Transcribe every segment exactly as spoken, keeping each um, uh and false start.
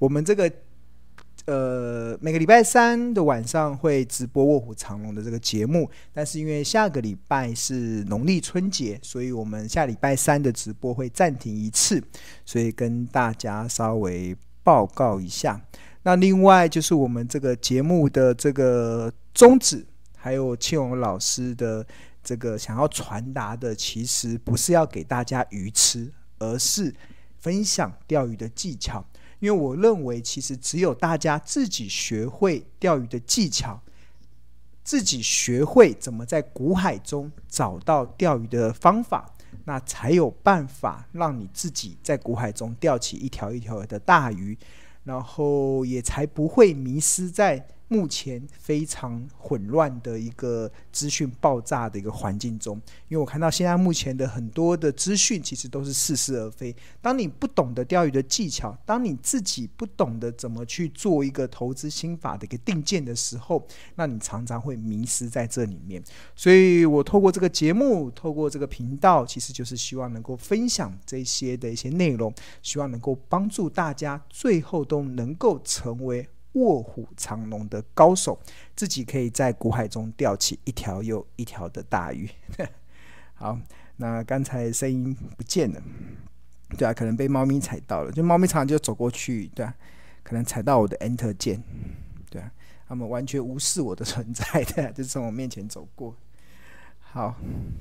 我们这个呃，每个礼拜三的晚上会直播卧虎藏龙的这个节目，但是因为下个礼拜是农历春节，所以我们下礼拜三的直播会暂停一次，所以跟大家稍微报告一下。那另外就是我们这个节目的这个宗旨，还有庆荣老师的这个想要传达的，其实不是要给大家鱼吃，而是分享钓鱼的技巧。因为我认为其实只有大家自己学会钓鱼的技巧，自己学会怎么在股海中找到钓鱼的方法，那才有办法让你自己在股海中钓起一条一条的大鱼，然后也才不会迷失在目前非常混乱的一个资讯爆炸的一个环境中。因为我看到现在目前的很多的资讯其实都是似是而非，当你不懂得钓鱼的技巧，当你自己不懂得怎么去做一个投资心法的一个定见的时候，那你常常会迷失在这里面。所以我透过这个节目，透过这个频道，其实就是希望能够分享这些的一些内容，希望能够帮助大家最后都能够成为卧虎藏龙的高手，自己可以在股海中钓起一条又一条的大鱼。好，那刚才声音不见了，对啊，可能被猫咪踩到了，就猫咪常常就走过去，对啊，可能踩到我的 Enter 键，对啊，他们完全无视我的存在的，就从我面前走过。好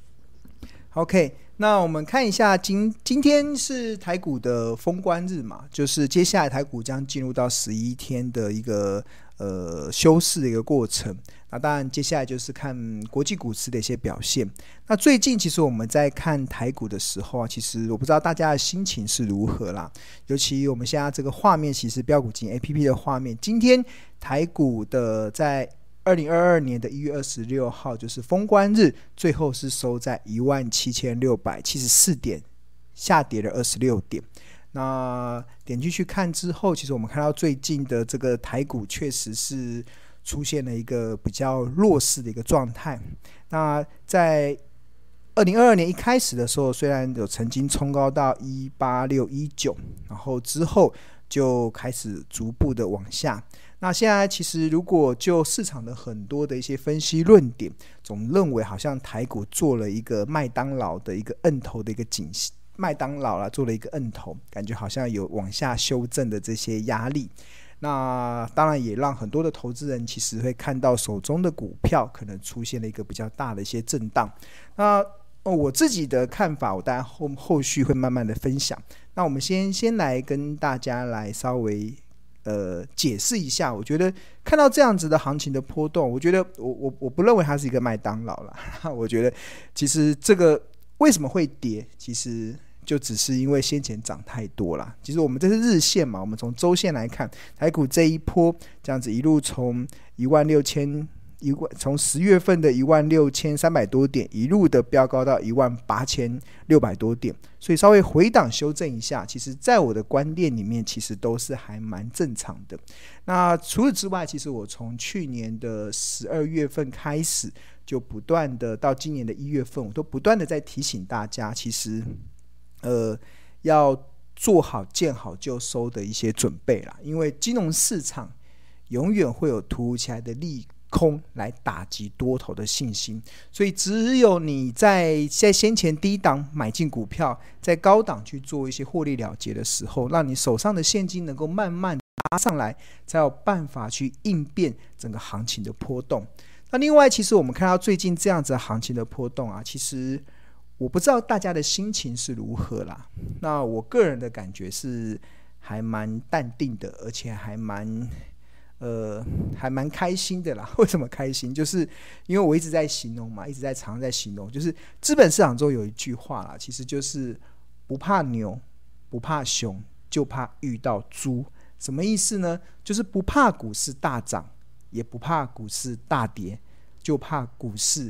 OK， 那我们看一下今今天是台股的封关日嘛，就是接下来台股将进入到十一天的一个呃休市的一个过程。那当然接下来就是看国际股市的一些表现。那最近其实我们在看台股的时候啊，其实我不知道大家的心情是如何啦，尤其我们现在这个画面，其实标股金 A P P 的画面，今天台股的在二零二二年的一月二十六号就是封关日，最后是收在一万七千六百七十四点，下跌了二十六点。那点进去看之后，其实我们看到最近的这个台股确实是出现了一个比较弱势的一个状态。那在二零二二年一开始的时候，虽然有曾经冲高到一八六一九，然后之后就开始逐步的往下。那现在其实如果就市场的很多的一些分析论点，总认为好像台股做了一个麦当劳的一个摁头的一个警示，麦当劳啦做了一个摁头，感觉好像有往下修正的这些压力。那当然也让很多的投资人其实会看到手中的股票可能出现了一个比较大的一些震荡。那、哦、我自己的看法我当然 后, 后续会慢慢的分享。那我们先先来跟大家来稍微呃解释一下。我觉得看到这样子的行情的波动，我觉得我我我不认为它是一个麦当劳啦。我觉得其实这个为什么会跌，其实就只是因为先前涨太多啦。其实我们这是日线嘛，我们从周线来看，台股这一波这样子一路从一万六千从十月份的一万六千三百多点一路的飙高到一万八千六百多点，所以稍微回档修正一下，其实在我的观念里面其实都是还蛮正常的。那除此之外，其实我从去年的十二月份开始就不断的到今年的一月份，我都不断的在提醒大家，其实呃要做好见好就收的一些准备啦。因为金融市场永远会有突如其来的利空来打击多头的信心，所以只有你在在先前低档买进股票，在高档去做一些获利了结的时候，让你手上的现金能够慢慢拉上来，才有办法去应变整个行情的波动。那另外其实我们看到最近这样子的行情的波动啊，其实我不知道大家的心情是如何啦。那我个人的感觉是还蛮淡定的，而且还蛮呃，还蛮开心的啦。为什么开心？就是因为我一直在形容嘛，一直在常常在形容，就是资本市场中有一句话啦，其实就是不怕牛，不怕熊，就怕遇到猪。什么意思呢？就是不怕股市大涨，也不怕股市大跌，就怕股市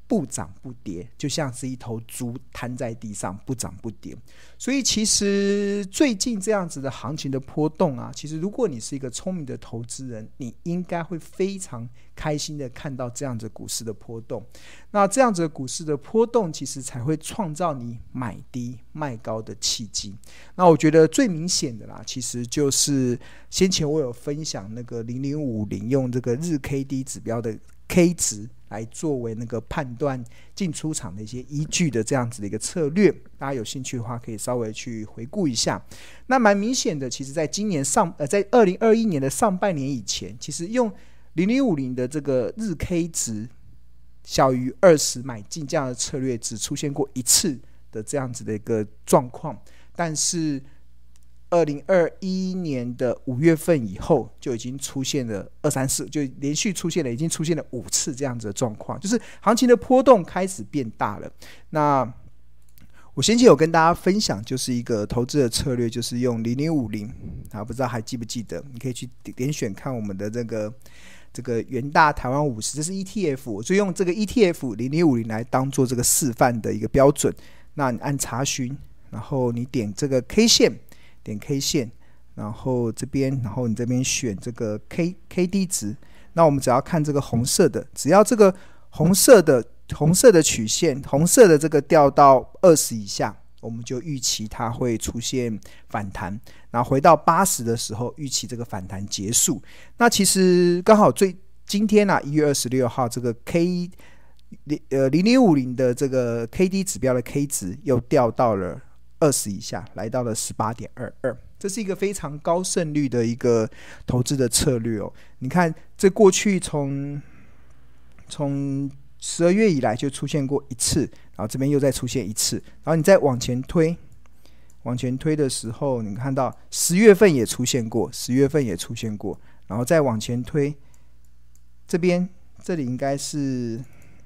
不涨不跌，就像是一头猪瘫在地上不涨不跌。所以其实最近这样子的行情的波动啊，其实如果你是一个聪明的投资人，你应该会非常开心的看到这样子股市的波动。那这样子的股市的波动其实才会创造你买低卖高的契机。那我觉得最明显的啦，其实就是先前我有分享那个零零五零用这个日 K D 指标的 K 值来作为那个判断进出场的一些依据的这样子的一个策略，大家有兴趣的话可以稍微去回顾一下。那蛮明显的，其实在今年上呃，在二零二一年的上半年以前，其实用零零五零的这个日 K 值小于二十买进这样的策略只出现过一次的这样子的一个状况，但是二零二一年的五月份以后就已经出现了二三四，就连续出现了，已经出现了五次这样子的状况，就是行情的波动开始变大了。那我先前有跟大家分享，就是一个投资的策略，就是用零零五零啊，不知道还记不记得？你可以去点选看我们的这个这个元大台湾五十，这是 E T F， 我就用这个 E T F 零零五零来当做这个示范的一个标准。那你按查询，然后你点这个 K 线。点 K 线，然后这边，然后你这边选这个 K KD 值。那我们只要看这个红色的，只要这个红色的红色的曲线，红色的这个掉到二十以下，我们就预期它会出现反弹。然后回到八十的时候，预期这个反弹结束。那其实刚好最今天啊，一月二十六号，这个 K 呃零零五零的这个 K D 指标的 K 值又掉到了二十以下，来到了 十八点二二， 这是一个非常高胜率的一个投资的策略哦。你看这过去从从十二月以来就出现过一次，然后这边又再出现一次，然后你再往前推往前推的时候，你看到十月份也出现过，十月份也出现过，然后再往前推，这边这里应该是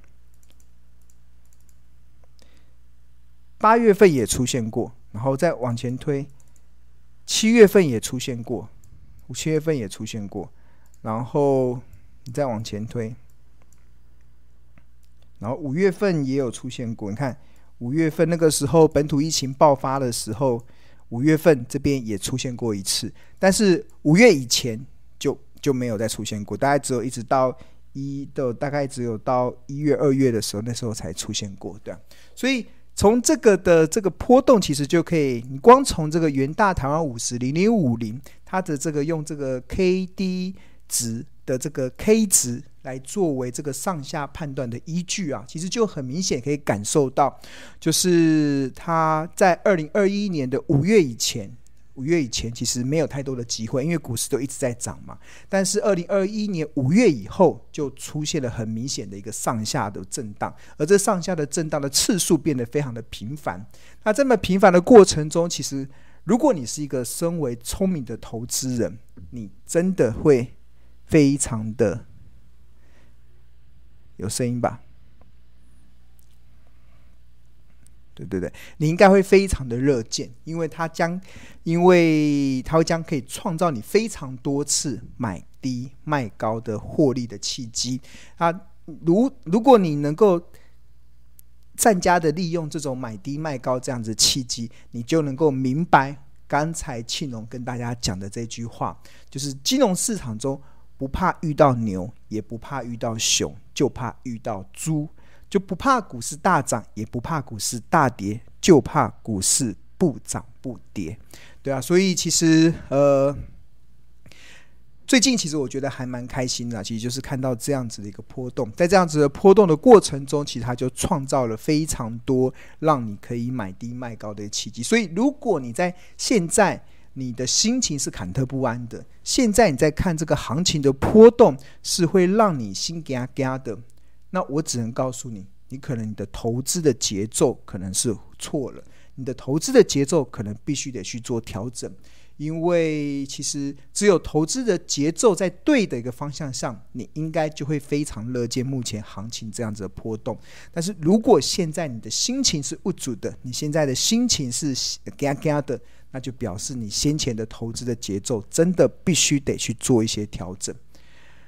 八月份也出现过，然后再往前推，七月份也出现过，七月份也出现过，然后你再往前推，然后五月份也有出现过。你看五月份那个时候本土疫情爆发的时候，五月份这边也出现过一次，但是五月以前就就没有再出现过，大概只有一直到一的大概只有到一月二月的时候，那时候才出现过，对啊。所以从这个的这个波动，其实就可以，你光从这个元大台湾五十零零五零，它的这个用这个 K D 值的这个 K 值来作为这个上下判断的依据啊，其实就很明显可以感受到，就是它在二零二一年的五月以前。五月以前其实没有太多的机会，因为股市都一直在涨嘛。但是二零二一年五月以后就出现了很明显的一个上下的震荡，而这上下的震荡的次数变得非常的频繁。那这么频繁的过程中，其实如果你是一个身为聪明的投资人，你真的会非常的有声音吧？对对对，你应该会非常的热见，因为它将，因为它会将可以创造你非常多次买低卖高的获利的契机。啊，如如果你能够善加的利用这种买低卖高这样子的契机，你就能够明白刚才庆农跟大家讲的这句话，就是金融市场中不怕遇到牛，也不怕遇到熊，就怕遇到猪。就不怕股市大涨，也不怕股市大跌，就怕股市不涨不跌，对啊。所以其实呃，最近其实我觉得还蛮开心的，其实就是看到这样子的一个波动，在这样子的波动的过程中，其实它就创造了非常多让你可以买低卖高的契机。所以如果你在现在你的心情是忐忑不安的，现在你在看这个行情的波动是会让你心嘎嘎的，那我只能告诉你，你可能你的投资的节奏可能是错了，你的投资的节奏可能必须得去做调整，因为其实只有投资的节奏在对的一个方向上，你应该就会非常乐见目前行情这样子的波动。但是如果现在你的心情是无助的，你现在的心情是嘎嘎的，那就表示你先前的投资的节奏真的必须得去做一些调整。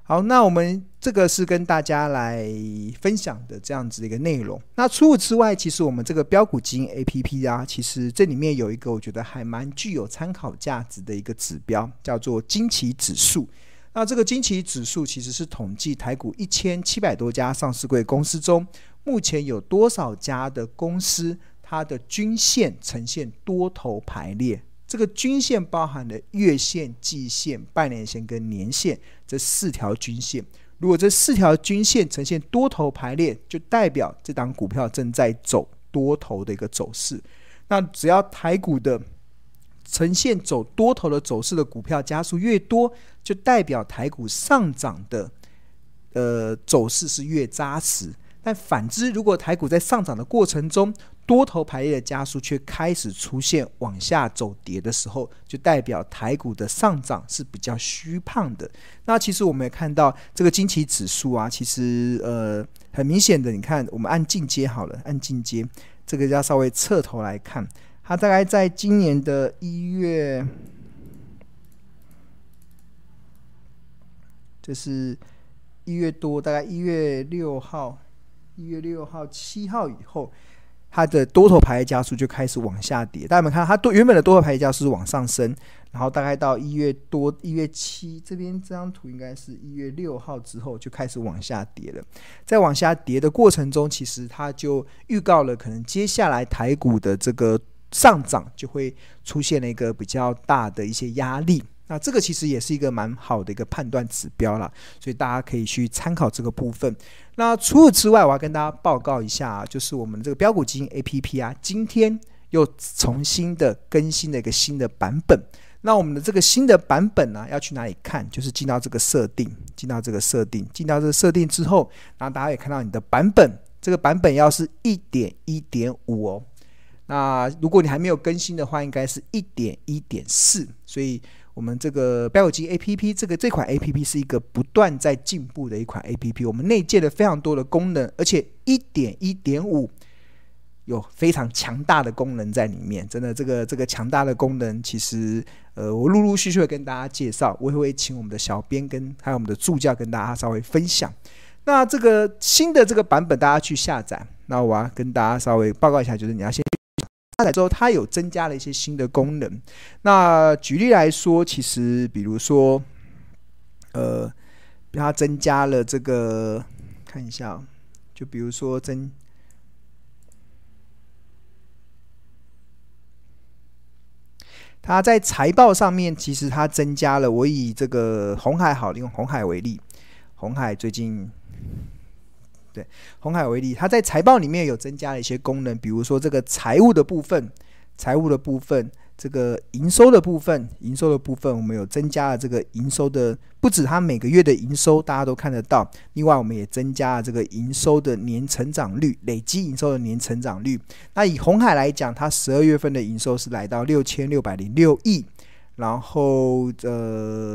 好，那我们这个是跟大家来分享的这样子的一个内容。那除此之外，其实我们这个标股基因 A P P 啊，其实这里面有一个我觉得还蛮具有参考价值的一个指标，叫做惊奇指数。那这个惊奇指数其实是统计台股一千七百多家上市柜公司中，目前有多少家的公司它的均线呈现多头排列。这个均线包含了月线、季线、半年线跟年线这四条均线。如果这四条均线呈现多头排列，就代表这档股票正在走多头的一个走势。那只要台股的呈现走多头的走势的股票家数越多，就代表台股上涨的呃走势是越扎实。但反之，如果台股在上涨的过程中，多头排列的家数却开始出现往下走跌的时候，就代表台股的上涨是比较虚胖的。那其实我们也看到这个惊奇指数啊，其实呃很明显的，你看我们按进阶好了，按进阶这个要稍微侧头来看，它大概在今年的一月，这是一月多，大概一月六号。一月六号、七号以后，它的多头排列家数就开始往下跌。大家有没有看到，它原本的多头排列家数是往上升，然后大概到一月多、一月七这边这张图应该是一月六号之后就开始往下跌了。在往下跌的过程中，其实它就预告了可能接下来台股的这个上涨就会出现了一个比较大的一些压力。那这个其实也是一个蛮好的一个判断指标啦，所以大家可以去参考这个部分。那除此之外，我要跟大家报告一下，就是我们这个标股基金 A P P 啊，今天又重新的更新了一个新的版本。那我们的这个新的版本呢、啊，要去哪里看？就是进到这个设定，进到这个设定，进到这个设定之后，然后大家也看到你的版本，这个版本要是 一点一点五 哦。那如果你还没有更新的话，应该是 一点一点四， 所以我们这个标股基金 A P P 这个这款 A P P 是一个不断在进步的一款 A P P， 我们内建了非常多的功能，而且 一点一点五 有非常强大的功能在里面。真的，这个这个强大的功能，其实呃，我陆陆续续会跟大家介绍，我也会请我们的小编跟还有我们的助教跟大家稍微分享。那这个新的这个版本，大家去下载。那我要跟大家稍微报告一下，就是你要先下载之后，它有增加了一些新的功能。那举例来说，其实比如说，呃，它增加了这个，看一下，就比如说增，它在财报上面，其实它增加了。我以这个鸿海好，用鸿海为例，鸿海最近。对，鸿海为例，它在财报里面有增加了一些功能，比如说这个财务的部分，财务的部分，这个营收的部分，营收的部分，我们有增加了这个营收的，不止它每个月的营收大家都看得到，另外我们也增加了这个营收的年成长率，累积营收的年成长率。那以鸿海来讲，它十二月份的营收是来到六千六百零六亿，然后呃。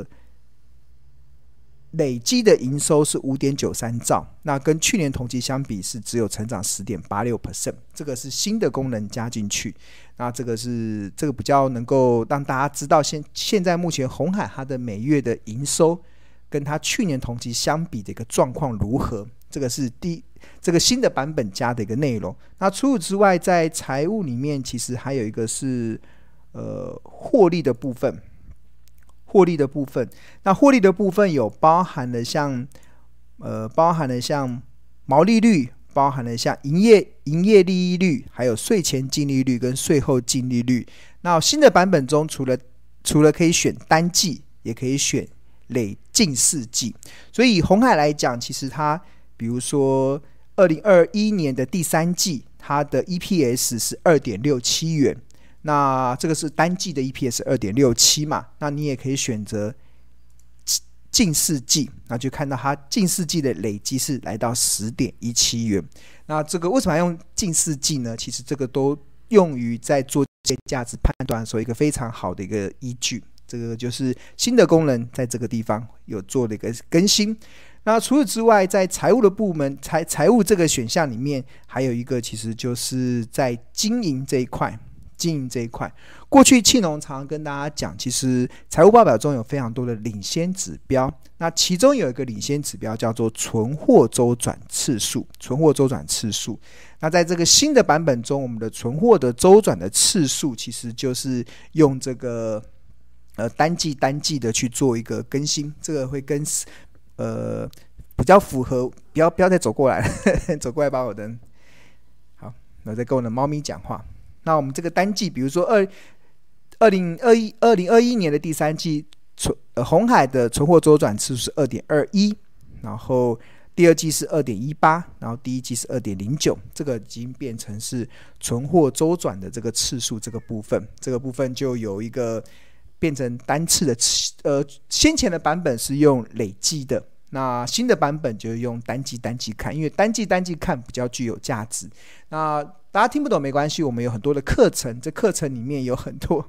累积的营收是 五点九三兆，那跟去年同期相比是只有成长 百分之十点八六， 这个是新的功能加进去。那这个是这个比较能够让大家知道现现在目前鸿海它的每月的营收跟它去年同期相比的一个状况如何，这个是第这个新的版本加的一个内容。那除此之外，在财务里面其实还有一个是呃获利的部分。获利的部分，那获利的部分有包含了像，呃，包含了像毛利率，包含了像营业营业利益率，还有税前净利率跟税后净利率。那新的版本中，除了除了可以选单季，也可以选累近四季。所以以鸿海来讲，其实它比如说二零二一年的第三季，它的 E P S 是 二点六七元。那这个是单季的 E P S 二点六七 嘛，那你也可以选择近四季，那就看到它近四季的累积是来到 十点一七元。那这个为什么要用近四季呢？其实这个都用于在做这些价值判断的时候一个非常好的一个依据。这个就是新的功能在这个地方有做了一个更新。那除此之外，在财务的部门，财财务这个选项里面，还有一个其实就是在经营这一块。 经营这一块。过去庆农常常跟大家讲，其实财务报表中有非常多的领先指标，那其中有一个领先指标叫做存货周转次数，存货周转次数。那在这个新的版本中，我们的存货的周转的次数其实就是用这个呃单季单季的去做一个更新，这个会跟呃比较符合，不要不要再走过来了走过来把我的好，我在跟我的猫咪讲话。那我们这个单季，比如说二二零二一二零二一年的第三季，存呃鸿海的存货周转次数是二点二一，然后第二季是二点一八，然后第一季是二点零九，这个已经变成是存货周转的这个次数这个部分，这个部分就有一个变成单次的，呃，先前的版本是用累计的，那新的版本就用单季单季看，因为单季单季看比较具有价值。那大家听不懂没关系，我们有很多的课程，这课程里面有很多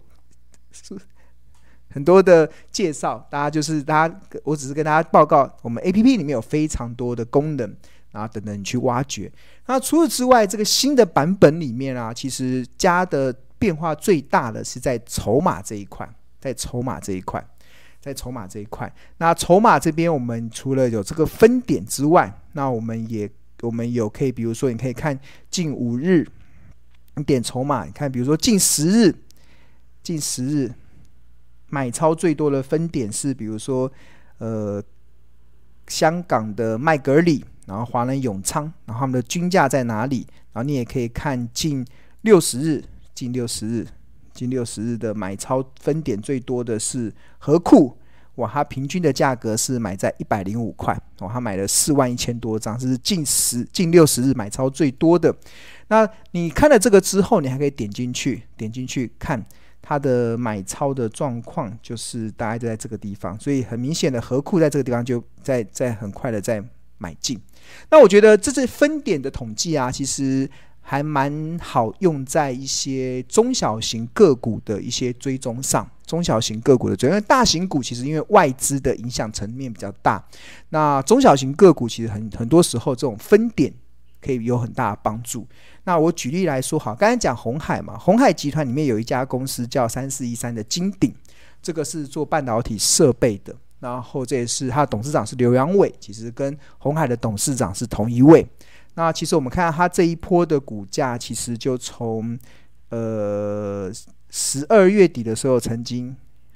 很多的介绍，大家就是大家，我只是跟大家报告，我们 A P P 里面有非常多的功能，然后等等你去挖掘。那除此之外，这个新的版本里面啊，其实加的变化最大的是在筹码这一块，在筹码这一块，在筹码这一块。那筹码这边，我们除了有这个分点之外，那我们也我们有可以，比如说你可以看近五日，你点筹码，你看比如说近十日，近十日。买超最多的分点是，比如说，呃，香港的麦格里，然后华人永昌，然后他们的均价在哪里？然后你也可以看近六十日，近六十日，近六十日的买超分点最多的是和库，哇，它平均的价格是买在一百零五块，哇，它买了四万一千多张，这是近十近六十日买超最多的。那你看了这个之后，你还可以点进去，点进去看。它的买超的状况就是大概就在这个地方，所以很明显的和库在这个地方就在在很快的在买进。那我觉得这是分点的统计啊，其实还蛮好用在一些中小型个股的一些追踪上。中小型个股的追踪，因为大型股其实因为外资的影响层面比较大，那中小型个股其实很很多时候这种分点可以有很大的帮助。那我举例来说，好，刚才讲鸿海嘛，鸿海集团里面有一家公司叫三四一三的金鼎，这个是做半导体设备的，然后这也是他的董事长是刘扬伟，其实跟鸿海的董事长是同一位。那其实我们看到他这一波的股价，其实就从呃十二月底的时候曾经，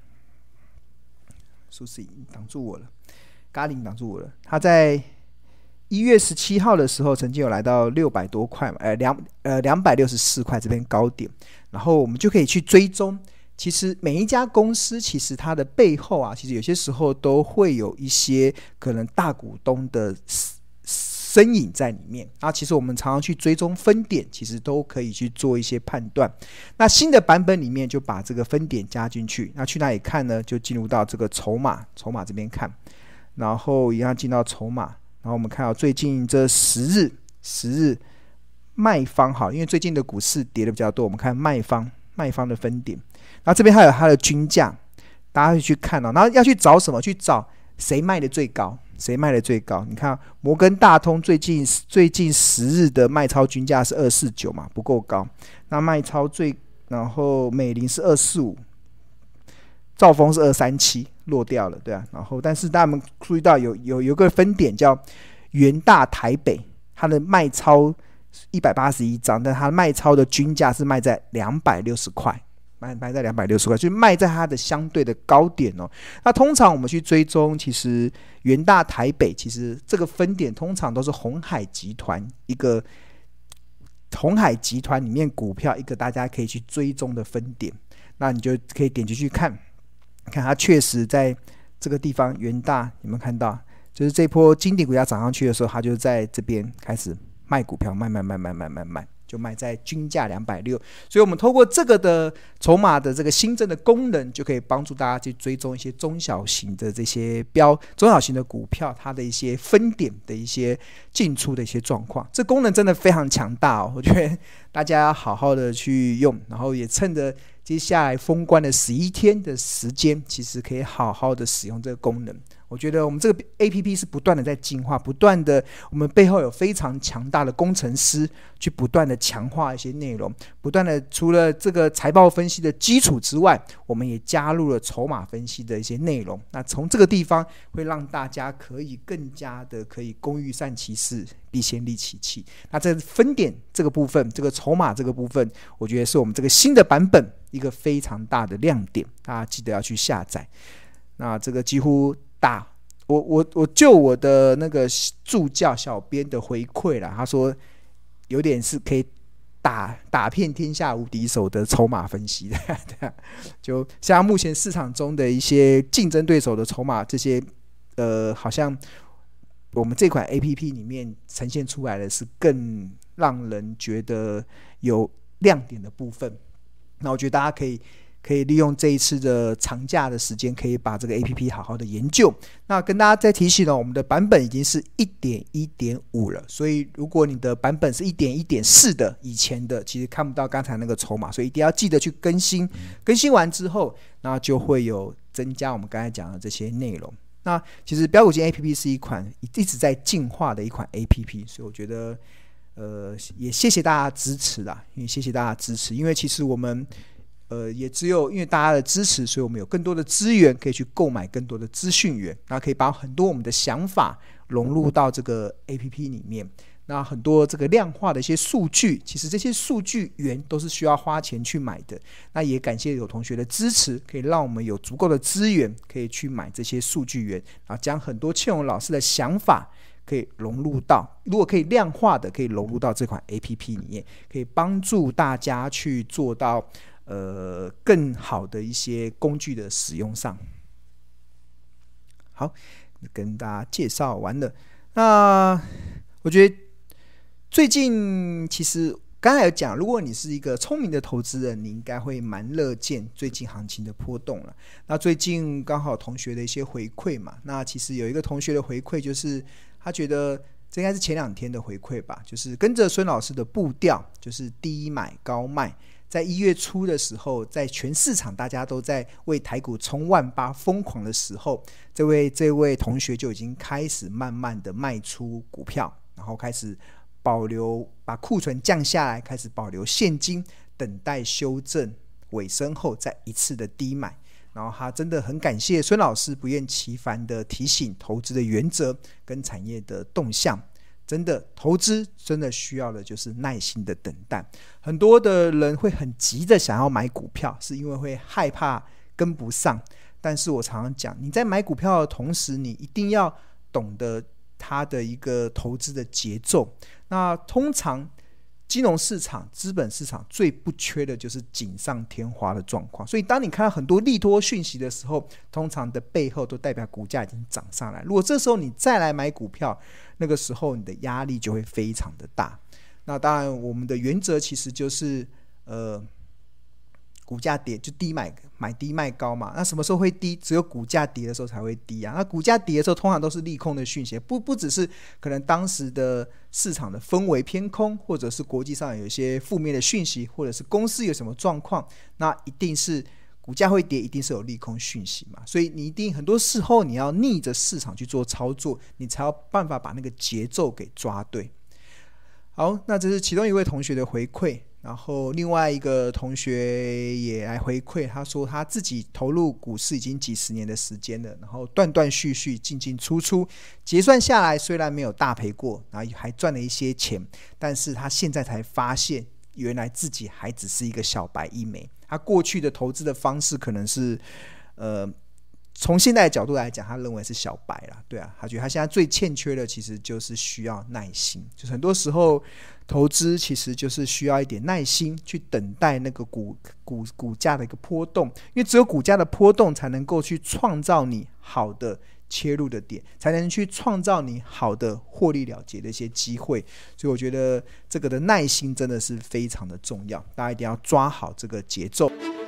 苏轼挡住我了，咖喱挡住我了，他在一月十七号的时候，曾经有来到六百多块嘛，呃两呃两百六十四块这边高点，然后我们就可以去追踪。其实每一家公司，其实它的背后啊，其实有些时候都会有一些可能大股东的身影在里面。然后其实我们常常去追踪分点，其实都可以去做一些判断。那新的版本里面就把这个分点加进去。那去哪里看呢？就进入到这个筹码，筹码这边看，然后一样进到筹码。然后我们看到最近这十日，十日卖方好，因为最近的股市跌的比较多，我们看卖方卖方的分点。然后这边还有它的均价，大家会去看哦。然后要去找什么？去找谁卖的最高，谁卖的最高？你看摩根大通最近最近十日的卖超均价是二四九嘛，不够高。那卖超最，然后美林是二四五。兆丰是二三七落掉了，对啊，然后但是大家们注意到有有有个分点叫元大台北，它的卖超一百八十一张，但它卖超的均价是卖在两百六十块，卖卖在两百六十块，就是卖在它的相对的高点哦。那通常我们去追踪，其实元大台北其实这个分点通常都是鸿海集团一个鸿海集团里面股票一个大家可以去追踪的分点，那你就可以点进去看。看它确实在这个地方，元大有没有看到？就是这波金鼎股价涨上去的时候，它就在这边开始卖股票，卖卖卖卖卖卖卖，就卖在均价两百六十。所以我们透过这个的筹码的这个新增的功能，就可以帮助大家去追踪一些中小型的这些标中小型的股票，它的一些分点的一些进出的一些状况。这功能真的非常强大哦，我觉得大家要好好的去用，然后也趁着接下来封关的十一天的时间，其实可以好好的使用这个功能。 我觉得我们这个 A P P 是不断的在进化，不断的，我们背后有非常强大的工程师去不断的强化一些内容，不断的除了这个财报分析的基础之外，我们也加入了筹码分析的一些内容。那从这个地方会让大家可以更加的可以工欲善其事，必先利其器。那这分点这个部分，这个筹码这个部分，我觉得是我们这个新的版本一个非常大的亮点，大家记得要去下载。那这个几乎打我我我就我的那个助教小编的回馈啦，他说有点是可以打打遍天下无敌手的筹码分析的，就像目前市场中的一些竞争对手的筹码，这些呃，好像我们这款 A P P 里面呈现出来的是更让人觉得有亮点的部分。那我觉得大家可以。可以利用这一次的长假的时间，可以把这个 A P P 好好的研究。那跟大家再提醒了，我们的版本已经是 一点一点五 了，所以如果你的版本是 一点一点四 的以前的，其实看不到刚才那个筹码，所以一定要记得去更新。更新完之后，那就会有增加我们刚才讲的这些内容。那其实标股金 A P P 是一款一直在进化的一款 A P P， 所以我觉得呃也谢谢大家支持啦，因为谢谢大家支持，因为其实我们。呃，也只有因为大家的支持，所以我们有更多的资源可以去购买更多的资讯源，那可以把很多我们的想法融入到这个 A P P 里面。那很多这个量化的一些数据，其实这些数据源都是需要花钱去买的。那也感谢有同学的支持，可以让我们有足够的资源可以去买这些数据源，然后将很多庆荣老师的想法可以融入到，如果可以量化的，可以融入到这款 A P P 里面，可以帮助大家去做到呃，更好的一些工具的使用上。好，跟大家介绍完了。那我觉得最近其实刚才有讲，如果你是一个聪明的投资人，你应该会蛮乐见最近行情的波动了。那最近刚好同学的一些回馈嘛，那其实有一个同学的回馈就是他觉得这应该是前两天的回馈吧，就是跟着孙老师的步调，就是低买高卖。在一月初的时候，在全市场大家都在为台股冲万八疯狂的时候，这位这位同学就已经开始慢慢的卖出股票，然后开始保留，把库存降下来，开始保留现金，等待修正尾声后再一次的低买。然后他真的很感谢孙老师不厌其烦的提醒投资的原则跟产业的动向。真的投资真的需要的就是耐心的等待。很多的人会很急的想要买股票，是因为会害怕跟不上。但是我常常讲，你在买股票的同时，你一定要懂得它的一个投资的节奏。那通常金融市场、资本市场最不缺的就是锦上添花的状况，所以当你看到很多利多讯息的时候，通常的背后都代表股价已经涨上来。如果这时候你再来买股票，那个时候你的压力就会非常的大。那当然我们的原则其实就是呃，股价跌就低买，买低卖高嘛。那什么时候会低？只有股价跌的时候才会低啊。那股价跌的时候通常都是利空的讯息，不不只是可能当时的市场的氛围偏空，或者是国际上有一些负面的讯息，或者是公司有什么状况，那一定是股价会跌，一定是有利空讯息嘛。所以你一定很多时候你要逆着市场去做操作，你才有办法把那个节奏给抓对。好，那这是其中一位同学的回馈。然后另外一个同学也来回馈，他说他自己投入股市已经几十年的时间了，然后断断续续进进出出，结算下来虽然没有大赔过，然后还赚了一些钱，但是他现在才发现原来自己还只是一个小白一枚。他过去的投资的方式可能是呃从现在的角度来讲，他认为是小白啦，对啊，他觉得他现在最欠缺的其实就是需要耐心，就是很多时候投资其实就是需要一点耐心去等待那个 股, 股, 股价的一个波动，因为只有股价的波动才能够去创造你好的切入的点，才能去创造你好的获利了结的一些机会。所以我觉得这个的耐心真的是非常的重要，大家一定要抓好这个节奏。